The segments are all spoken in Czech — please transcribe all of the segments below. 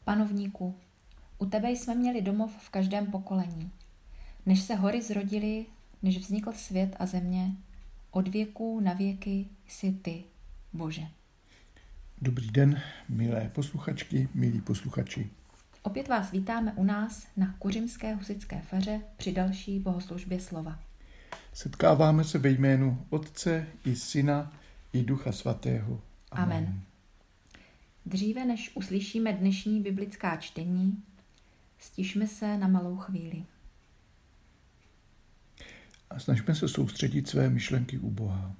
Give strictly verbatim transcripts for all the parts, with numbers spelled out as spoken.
Panovníku, u tebe jsme měli domov v každém pokolení. Než se hory zrodily, než vznikl svět a země, od věků na věky jsi ty, Bože. Dobrý den, milé posluchačky, milí posluchači. Opět vás vítáme u nás na Kuřimské husitské faře při další bohoslužbě slova. Setkáváme se ve jménu Otce i Syna i Ducha Svatého. Amen. Amen. Dříve než uslyšíme dnešní biblická čtení, stišme se na malou chvíli. A snažme se soustředit své myšlenky u Boha.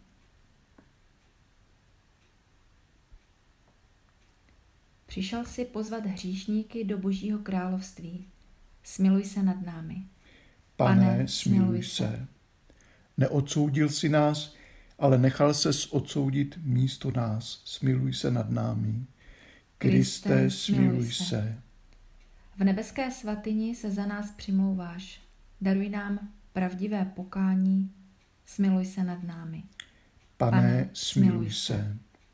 Přišel si pozvat hříšníky do Božího království. Smiluj se nad námi. Pane, Pane smiluj se. Neodsoudil si nás, ale nechal ses odsoudit místo nás. Smiluj se nad námi. Kriste, smiluj se. V nebeské svatyni se za nás přimlouváš. Daruj nám pravdivé pokání. Smiluj se nad námi. Pane, Pane smiluj se.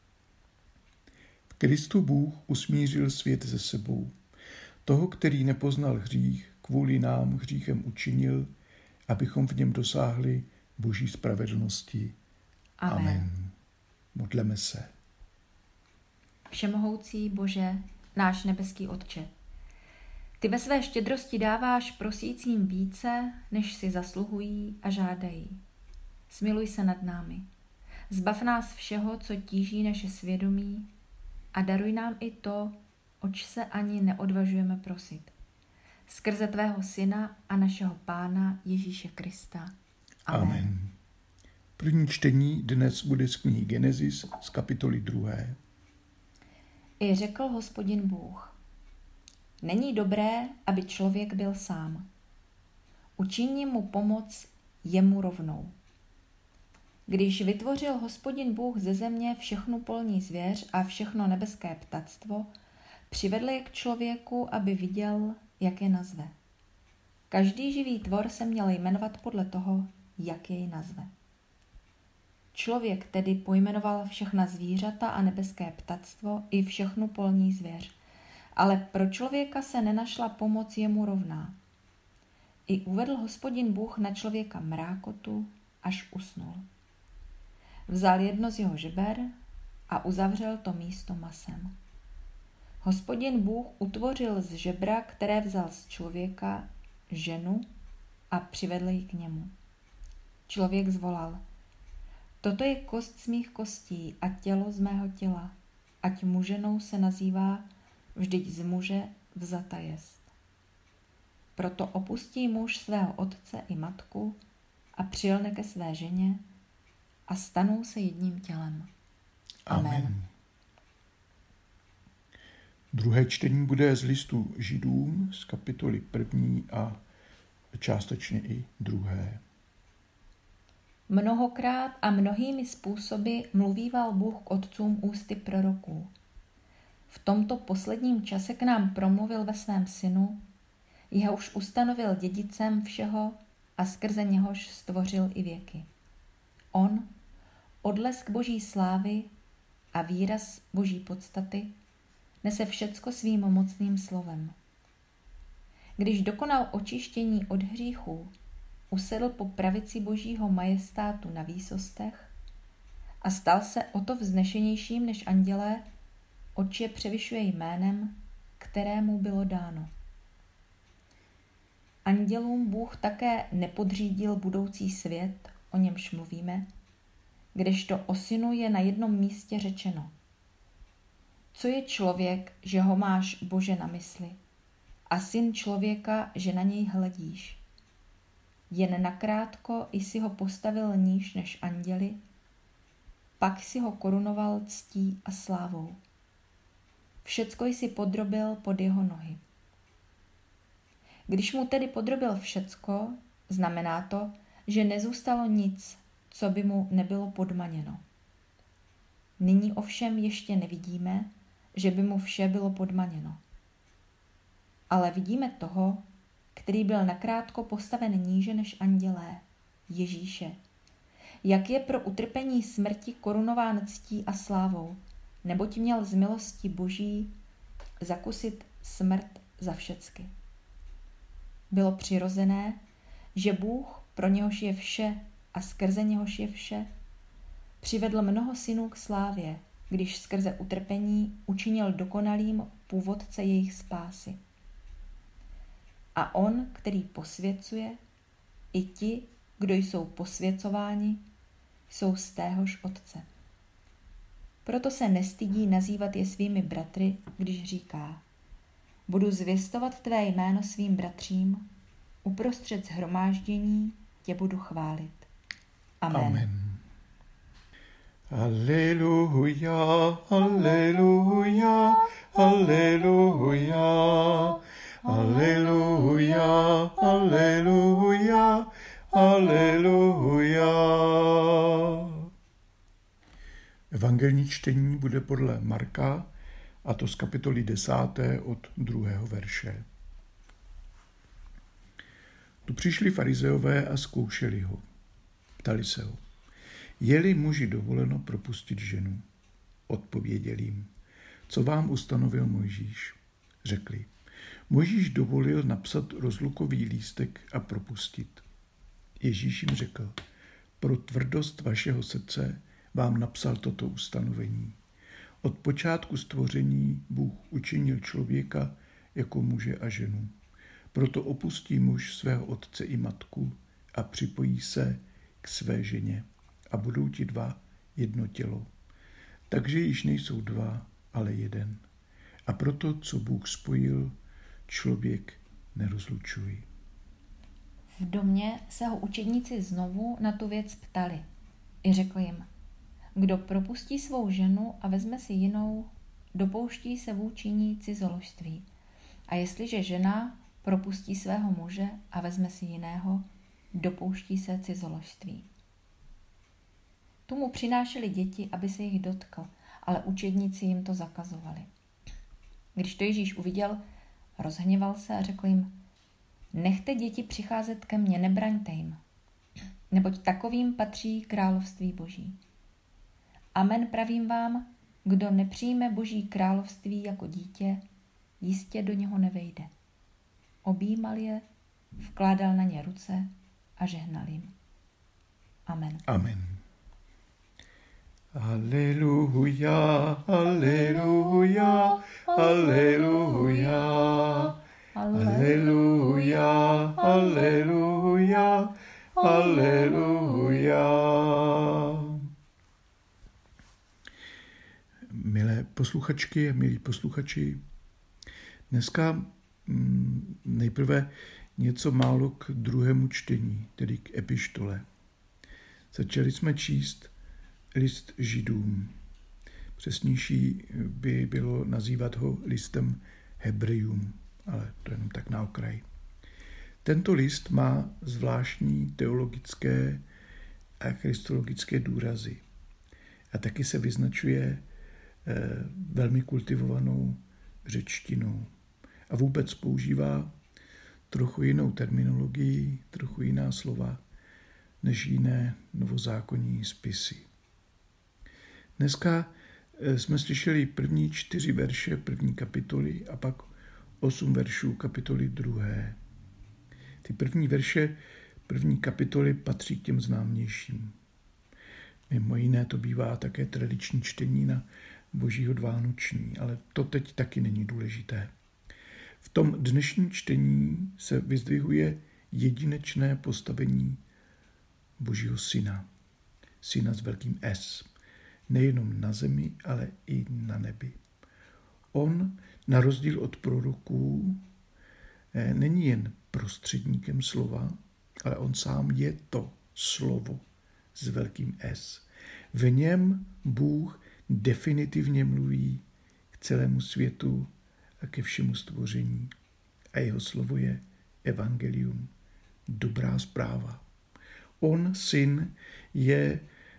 V Kristu Bůh usmířil svět se sebou. Toho, který nepoznal hřích, kvůli nám hříchem učinil, abychom v něm dosáhli Boží spravedlnosti. Amen. Amen. Modleme se. Všemohoucí Bože, náš nebeský Otče, ty ve své štědrosti dáváš prosícím více, než si zasluhují a žádají. Smiluj se nad námi. Zbav nás všeho, co tíží naše svědomí, a daruj nám i to, oč se ani neodvažujeme prosit. Skrze tvého Syna a našeho Pána Ježíše Krista. Amen. Amen. První čtení dnes bude z knihy Genesis z kapitoly druhé. I řekl Hospodin Bůh: Není dobré, aby člověk byl sám. Učiním mu pomoc jemu rovnou. Když vytvořil Hospodin Bůh ze země všechnu polní zvěř a všechno nebeské ptactvo, přivedl je k člověku, aby viděl, jak je nazve. Každý živý tvor se měl jmenovat podle toho, jak jej nazve. Člověk tedy pojmenoval všechna zvířata a nebeské ptactvo i všechnu polní zvěř, ale pro člověka se nenašla pomoc jemu rovná. I uvedl Hospodin Bůh na člověka mrákotu, až usnul. Vzal jedno z jeho žeber a uzavřel to místo masem. Hospodin Bůh utvořil z žebra, které vzal z člověka, ženu a přivedl ji k němu. Člověk zvolal: Toto je kost z mých kostí a tělo z mého těla, ať mu ženou se nazývá, vždyť z muže vzata jest. Proto opustí muž svého otce i matku a přilne ke své ženě a stanou se jedním tělem. Amen. Amen. Druhé čtení bude z listu Židům z kapitoly první a částečně i druhé. Mnohokrát a mnohými způsoby mluvíval Bůh k otcům ústy proroků. V tomto posledním čase k nám promluvil ve svém synu, jehož ustanovil dědicem všeho a skrze něhož stvořil i věky. On, odlesk Boží slávy a výraz Boží podstaty, nese všecko svým mocným slovem. Když dokonal očištění od hříchů, usedl po pravici Božího majestátu na výsostech a stal se o to vznešenějším než andělé, oč je převyšuje jménem, kterému bylo dáno. Andělům Bůh také nepodřídil budoucí svět, o němž mluvíme, kdežto o synu je na jednom místě řečeno: Co je člověk, že ho máš, Bože, na mysli, a syn člověka, že na něj hledíš? Jen nakrátko jsi ho postavil níž než anděli, pak si ho korunoval ctí a slávou. Všecko jsi podrobil pod jeho nohy. Když mu tedy podrobil všecko, znamená to, že nezůstalo nic, co by mu nebylo podmaněno. Nyní ovšem ještě nevidíme, že by mu vše bylo podmaněno. Ale vidíme toho, který byl nakrátko postaven níže než andělé, Ježíše, jak je pro utrpení smrti korunován ctí a slávou, neboť měl z milosti Boží zakusit smrt za všecky. Bylo přirozené, že Bůh, pro něhož je vše a skrze něhož je vše, přivedl mnoho synů k slávě, když skrze utrpení učinil dokonalým původce jejich spásy. A on, který posvěcuje, i ti, kdo jsou posvěcováni, jsou z téhož Otce. Proto se nestydí nazývat je svými bratry, když říká: budu zvěstovat tvé jméno svým bratřím, uprostřed shromáždění tě budu chválit. Amen. Amen. Aleluja, aleluja, aleluja, aleluja, aleluja, aleluja. Evangelní čtení bude podle Marka, a to z kapitoly desáté od druhého verše. Tu přišli farizeové a zkoušeli ho. Ptali se ho: je-li muži dovoleno propustit ženu? Odpověděl jim: co vám ustanovil Mojžíš? Řekli: Mojžíš dovolil napsat rozlukový lístek a propustit. Ježíš jim řekl: pro tvrdost vašeho srdce vám napsal toto ustanovení. Od počátku stvoření Bůh učinil člověka jako muže a ženu. Proto opustí muž svého otce i matku a připojí se k své ženě a budou ti dva jedno tělo. Takže již nejsou dva, ale jeden. A proto, co Bůh spojil, člověk nerozlučuje. V domě se ho učedníci znovu na tu věc ptali. I řekl jim: kdo propustí svou ženu a vezme si jinou, dopouští se vůči ní cizoložství. A jestliže žena propustí svého muže a vezme si jiného, dopouští se cizoložství. Tomu přinášeli děti, aby se jich dotkl, ale učedníci jim to zakazovali. Když to Ježíš uviděl, rozhněval se a řekl jim: nechte děti přicházet ke mně, nebraňte jim, neboť takovým patří království Boží. Amen, pravím vám, kdo nepřijme Boží království jako dítě, jistě do něho nevejde. Objímal je, vkládal na ně ruce a žehnal jim. Amen. Amen. Aleluja, aleluja, aleluja, aleluja, aleluja, aleluja. Milé posluchačky a milí posluchači, dneska mm, nejprve něco málo k druhému čtení, tedy k epištole. Začali jsme číst list Židům. Přesnější by bylo nazývat ho listem Hebrejům, ale to jenom tak na okraj. Tento list má zvláštní teologické a christologické důrazy a taky se vyznačuje eh, velmi kultivovanou řečtinou a vůbec používá trochu jinou terminologii, trochu jiná slova než jiné novozákonní spisy. Dneska jsme slyšeli první čtyři verše první kapitoly a pak osm veršů kapitoly druhé. Ty první verše první kapitoly patří k těm známějším. Mimo jiné to bývá také tradiční čtení na Božího vánoční, ale to teď taky není důležité. V tom dnešním čtení se vyzdvihuje jedinečné postavení Božího syna. Syna s velkým S. Nejenom na zemi, ale i na nebi. On, na rozdíl od proroků, není jen prostředníkem slova, ale on sám je to slovo s velkým S. V něm Bůh definitivně mluví k celému světu a ke všemu stvoření. A jeho slovo je evangelium, dobrá zpráva. On, syn, je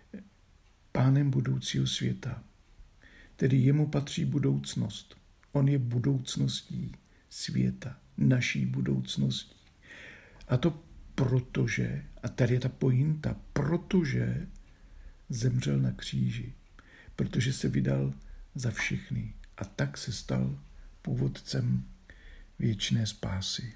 pánem budoucího světa, tedy jemu patří budoucnost. On je budoucností světa, naší budoucností. A to protože, a tady je ta pointa, protože zemřel na kříži, protože se vydal za všechny a tak se stal původcem věčné spásy.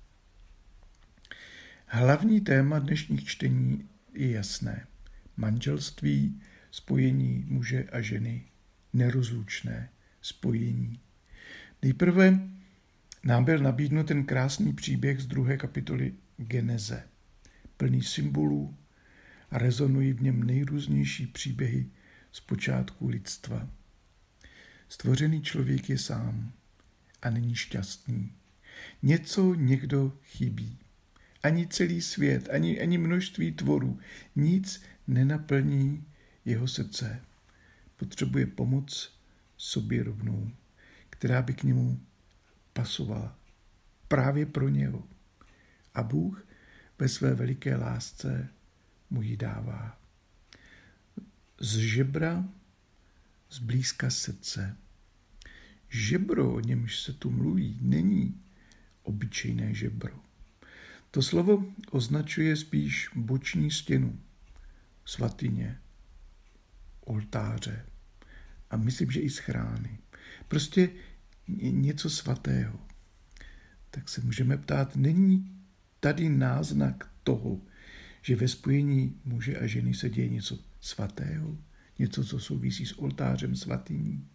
Hlavní téma dnešních čtení je jasné. Manželství, spojení muže a ženy, nerozlučné spojení. Nejprve nám byl nabídnut ten krásný příběh z druhé kapitoly Geneze, plný symbolů a rezonují v něm nejrůznější příběhy z počátku lidstva. Stvořený člověk je sám a není šťastný. Něco někdo chybí. Ani celý svět, ani, ani množství tvorů, nic nenaplní jeho srdce. Potřebuje pomoc sobě rovnou, která by k němu pasovala. Právě pro něho. A Bůh ve své veliké lásce mu ji dává. Z žebra, zblízka srdce. Žebro, o němž se tu mluví, není obyčejné žebro. To slovo označuje spíš boční stěnu, svatyně, oltáře a myslím, že i schrány. Prostě něco svatého. Tak se můžeme ptát, není tady náznak toho, že ve spojení muže a ženy se děje něco svatého, něco, co souvisí s oltářem, svatyní?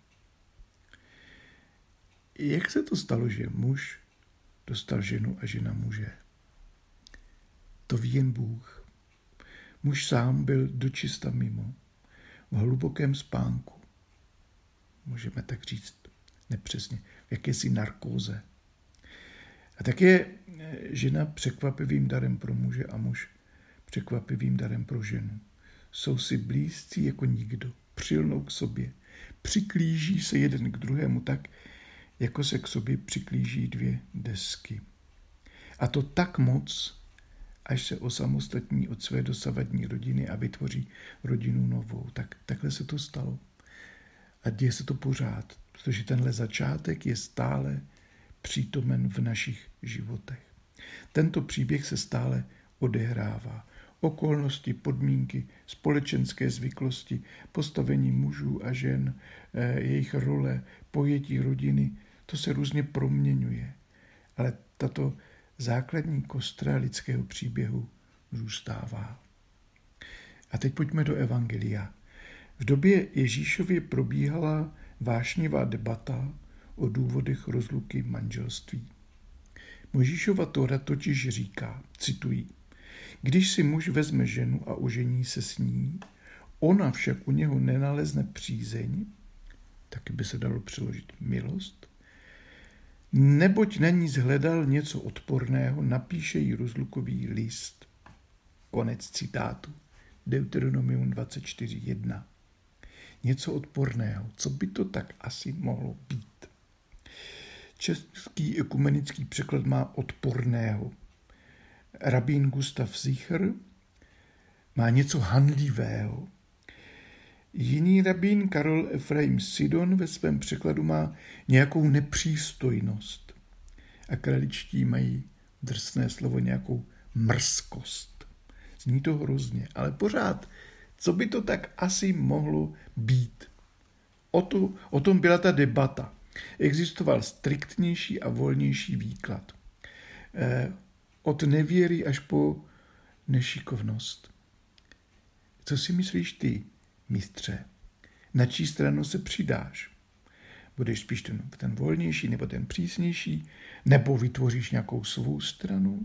Jak se to stalo, že muž dostal ženu a žena muže? To ví jen Bůh. Muž sám byl dočista mimo, v hlubokém spánku. Můžeme tak říct nepřesně, v jakési narkóze. A tak je žena překvapivým darem pro muže a muž překvapivým darem pro ženu. Jsou si blízcí jako nikdo, přilnou k sobě, přiklíží se jeden k druhému tak, jako se k sobě přiklíží dvě desky. A to tak moc, až se osamostatní od své dosavadní rodiny a vytvoří rodinu novou. Tak, takhle se to stalo. A děje se to pořád, protože tenhle začátek je stále přítomen v našich životech. Tento příběh se stále odehrává. Okolnosti, podmínky, společenské zvyklosti, postavení mužů a žen, jejich role, pojetí rodiny, to se různě proměňuje. Ale tato základní kostra lidského příběhu zůstává. A teď pojďme do evangelia. V době Ježíšově probíhala vášnivá debata o důvodech rozluky manželství. Mojžíšova Tóra totiž říká, cituji, když si muž vezme ženu a ožení se s ní, ona však u něho nenalezne přízeň, taky by se dalo přeložit milost, neboť na ní zhledal něco odporného, napíše jí rozlukový list. Konec citátu. Deuteronomium dvacet čtyři jedna. Něco odporného. Co by to tak asi mohlo být? Český ekumenický překlad má odporného. Rabín Gustav Sicher má něco hanlivého. Jiný rabín Karol Efraim Sidon ve svém překladu má nějakou nepřístojnost. A kraličtí mají drsné slovo nějakou mrzkost. Zní to hrozně, ale pořád, co by to tak asi mohlo být? O, to, o tom byla ta debata. Existoval striktnější a volnější výklad. Eh, od nevěry až po nešikovnost. Co si myslíš ty, mistře? Na čí stranu se přidáš? Budeš spíš ten, ten volnější nebo ten přísnější? Nebo vytvoříš nějakou svou stranu?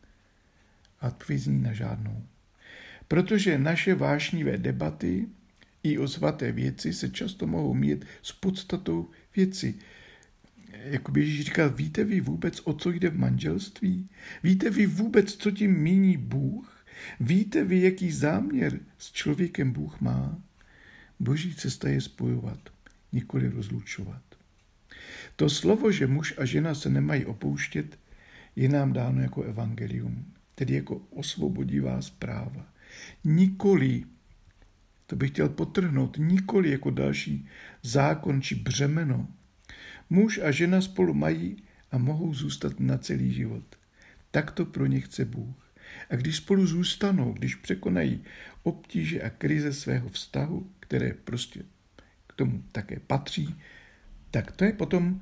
A odpověď zní na žádnou. Protože naše vášnivé debaty i o svaté věci se často mohou mít s podstatou věci. Jakoby Ježíš říkal, víte vy vůbec, o co jde v manželství? Víte vy vůbec, co tím míní Bůh? Víte vy, jaký záměr s člověkem Bůh má? Boží cesta je spojovat, nikoli rozlučovat. To slovo, že muž a žena se nemají opouštět, je nám dáno jako evangelium, tedy jako osvobodivá zpráva. Nikoli, to bych chtěl podtrhnout, nikoli jako další zákon či břemeno. Muž a žena spolu mají a mohou zůstat na celý život. Tak to pro ně chce Bůh. A když spolu zůstanou, když překonají obtíže a krize svého vztahu, které prostě k tomu také patří, tak to je potom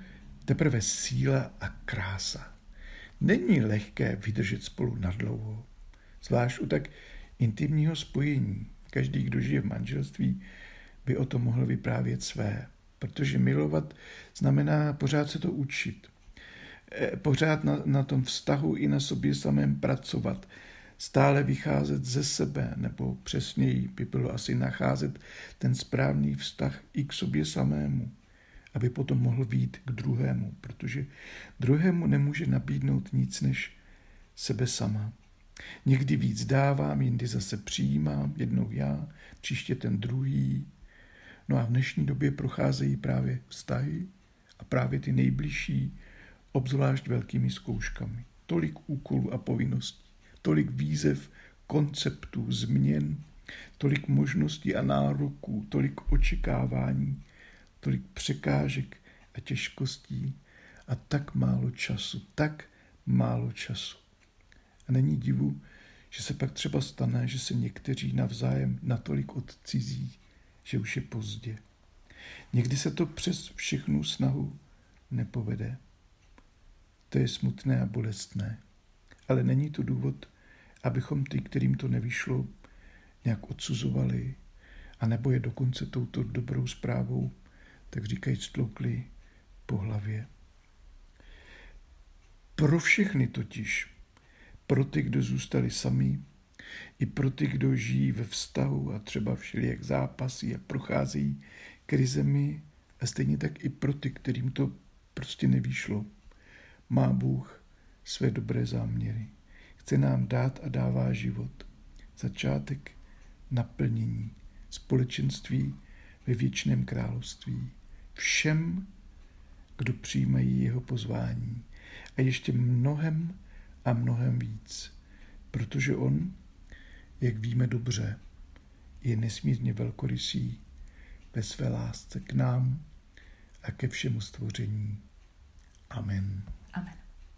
teprve síla a krása. Není lehké vydržet spolu nadlouho, zvlášť u tak intimního spojení. Každý, kdo žije v manželství, by o tom mohl vyprávět své, protože milovat znamená pořád se to učit. Pořád na, na tom vztahu i na sobě samém pracovat, stále vycházet ze sebe, nebo přesněji by bylo asi nacházet ten správný vztah i k sobě samému, aby potom mohl vyjít k druhému, protože druhému nemůže nabídnout nic než sebe sama. Někdy víc dávám, jindy zase přijímám, jednou já, příště ten druhý. No a v dnešní době procházejí právě vztahy a právě ty nejbližší, obzvlášť velkými zkouškami. Tolik úkolů a povinností, tolik výzev, konceptů, změn, tolik možností a nároků, tolik očekávání, tolik překážek a těžkostí a tak málo času, tak málo času. A není divu, že se pak třeba stane, že se někteří navzájem natolik odcizí, že už je pozdě. Někdy se to přes všechnu snahu nepovede. To je smutné a bolestné. Ale není to důvod, abychom ty, kterým to nevyšlo, nějak odsuzovali, anebo je dokonce touto dobrou zprávou, tak říkajíc, tloukli po hlavě. Pro všechny totiž, pro ty, kdo zůstali sami, i pro ty, kdo žijí ve vztahu a třeba všelijak zápasí a procházejí krizemi, a stejně tak i pro ty, kterým to prostě nevyšlo, má Bůh své dobré záměry. Chce nám dát a dává život. Začátek naplnění, společenství ve věčném království. Všem, kdo přijímají jeho pozvání. A ještě mnohem a mnohem víc. Protože on, jak víme dobře, je nesmírně velkorysý ve své lásce k nám a ke všemu stvoření. Amen. Amen.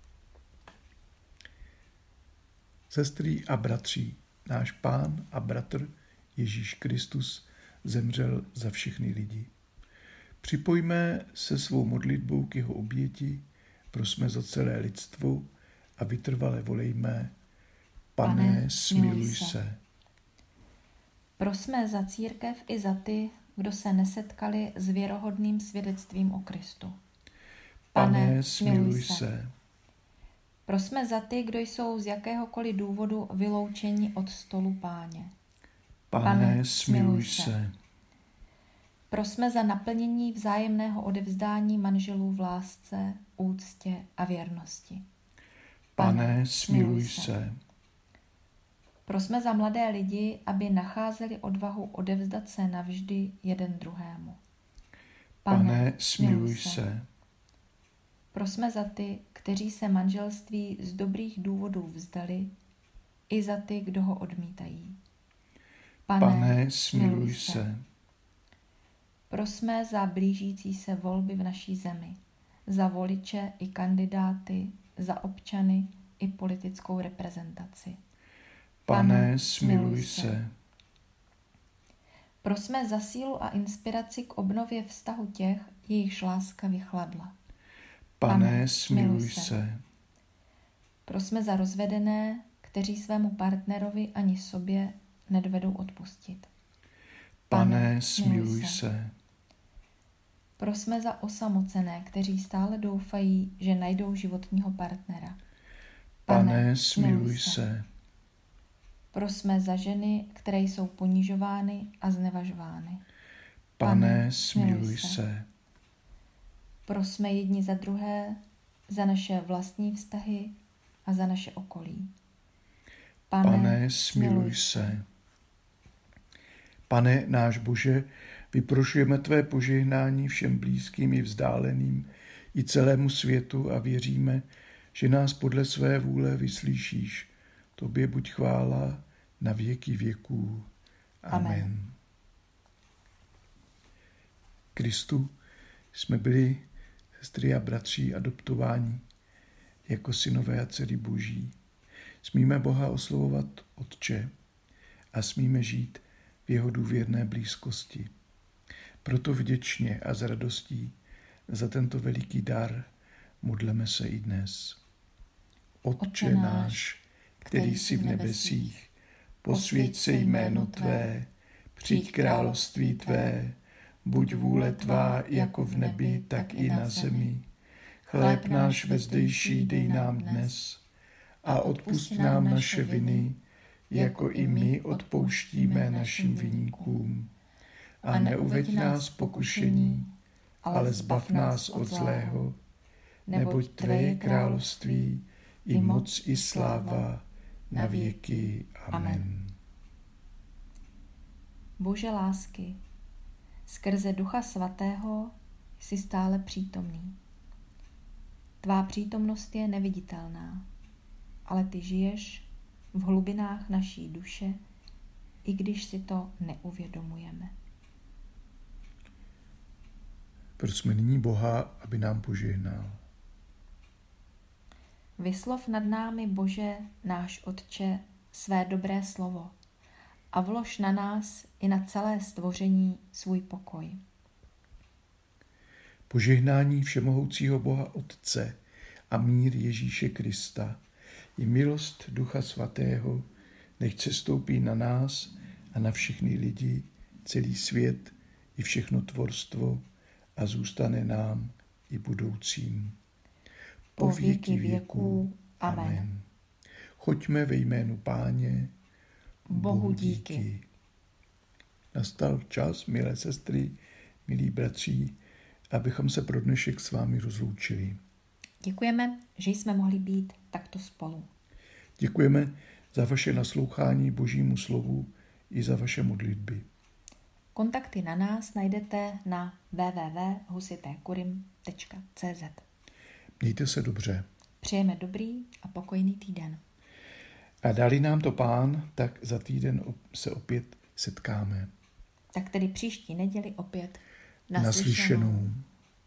Sestry a bratři, náš Pán a bratr Ježíš Kristus zemřel za všechny lidi. Připojme se svou modlitbou k jeho oběti, prosme za celé lidstvo a vytrvale volejme: Pane, Pane smiluj se. se. Prosme za církev i za ty, kdo se nesetkali s věrohodným svědectvím o Kristu. Pane, Pane smiluj se. se. Prosme za ty, kdo jsou z jakéhokoliv důvodu vyloučeni od stolu Páně. Pane, Pane smiluj se. se. Prosme za naplnění vzájemného odevzdání manželů v lásce, úctě a věrnosti. Pane, Pane smiluj se. se. Prosme za mladé lidi, aby nacházeli odvahu odevzdat se navždy jeden druhému. Pane, Pane smiluj se. se. Prosme za ty, kteří se manželství z dobrých důvodů vzdali, i za ty, kdo ho odmítají. Pane, Pane smiluj se. se. Prosme za blížící se volby v naší zemi, za voliče i kandidáty, za občany i politickou reprezentaci. Pane, Pane smiluj se. se. Prosme za sílu a inspiraci k obnově vztahu těch, jejichž láska vychladla. Pane, Pane smiluj se. se. Prosme za rozvedené, kteří svému partnerovi ani sobě nedovedou odpustit. Pane, Pane smiluj se. se. Prosme za osamocené, kteří stále doufají, že najdou životního partnera. Pane, Pane smiluj se. se. Prosme za ženy, které jsou ponižovány a znevažovány. Pane, Pane smiluj se. se. Prosme jedni za druhé, za naše vlastní vztahy a za naše okolí. Pane, Pane smiluj se. Pane náš Bože, vyprošujeme tvé požehnání všem blízkým i vzdáleným i celému světu a věříme, že nás podle své vůle vyslyšíš. Tobě buď chvála na věky věků. Amen. Amen. Kristu jsme byli, sestry a bratři, adoptováni jako synové a dcery Boží. Smíme Boha oslovovat Otče a smíme žít v jeho důvěrné blízkosti. Proto vděčně a s radostí za tento veliký dar modleme se i dnes. Otče náš, který jsi v nebesích, posvěť se jméno Tvé, přijď království Tvé, buď vůle Tvá jako v nebi, tak i na zemi. Chléb náš vezdejší dej nám dnes a odpusť nám naše viny, jako i my odpouštíme našim viníkům. A neuveď nás pokušení, ale zbav nás od zlého, neboť Tvé je království, i moc, i sláva, na věky. Amen. Bože lásky, skrze Ducha Svatého jsi stále přítomný. Tvá přítomnost je neviditelná, ale ty žiješ v hlubinách naší duše, i když si to neuvědomujeme. Prosme nyní Boha, aby nám požehnal. Vyslov nad námi, Bože, náš Otče, své dobré slovo a vlož na nás i na celé stvoření svůj pokoj. Požehnání všemohoucího Boha Otce a mír Ježíše Krista i milost Ducha Svatého nechť se stoupí na nás a na všechny lidi, celý svět i všechno tvorstvo a zůstane nám i budoucím. Po věky věků. Amen. Amen. Choďme ve jménu Páně. Bohu díky. Nastal čas, milé sestry, milí bratři, abychom se pro dnešek s vámi rozloučili. Děkujeme, že jsme mohli být takto spolu. Děkujeme za vaše naslouchání Božímu slovu i za vaše modlitby. Kontakty na nás najdete na w w w tečka husitekurim tečka c z. Mějte se dobře. Přejeme dobrý a pokojný týden. A dali nám to Pán, tak za týden se opět setkáme. Tak tedy příští neděli opět naslyšenou. naslyšenou.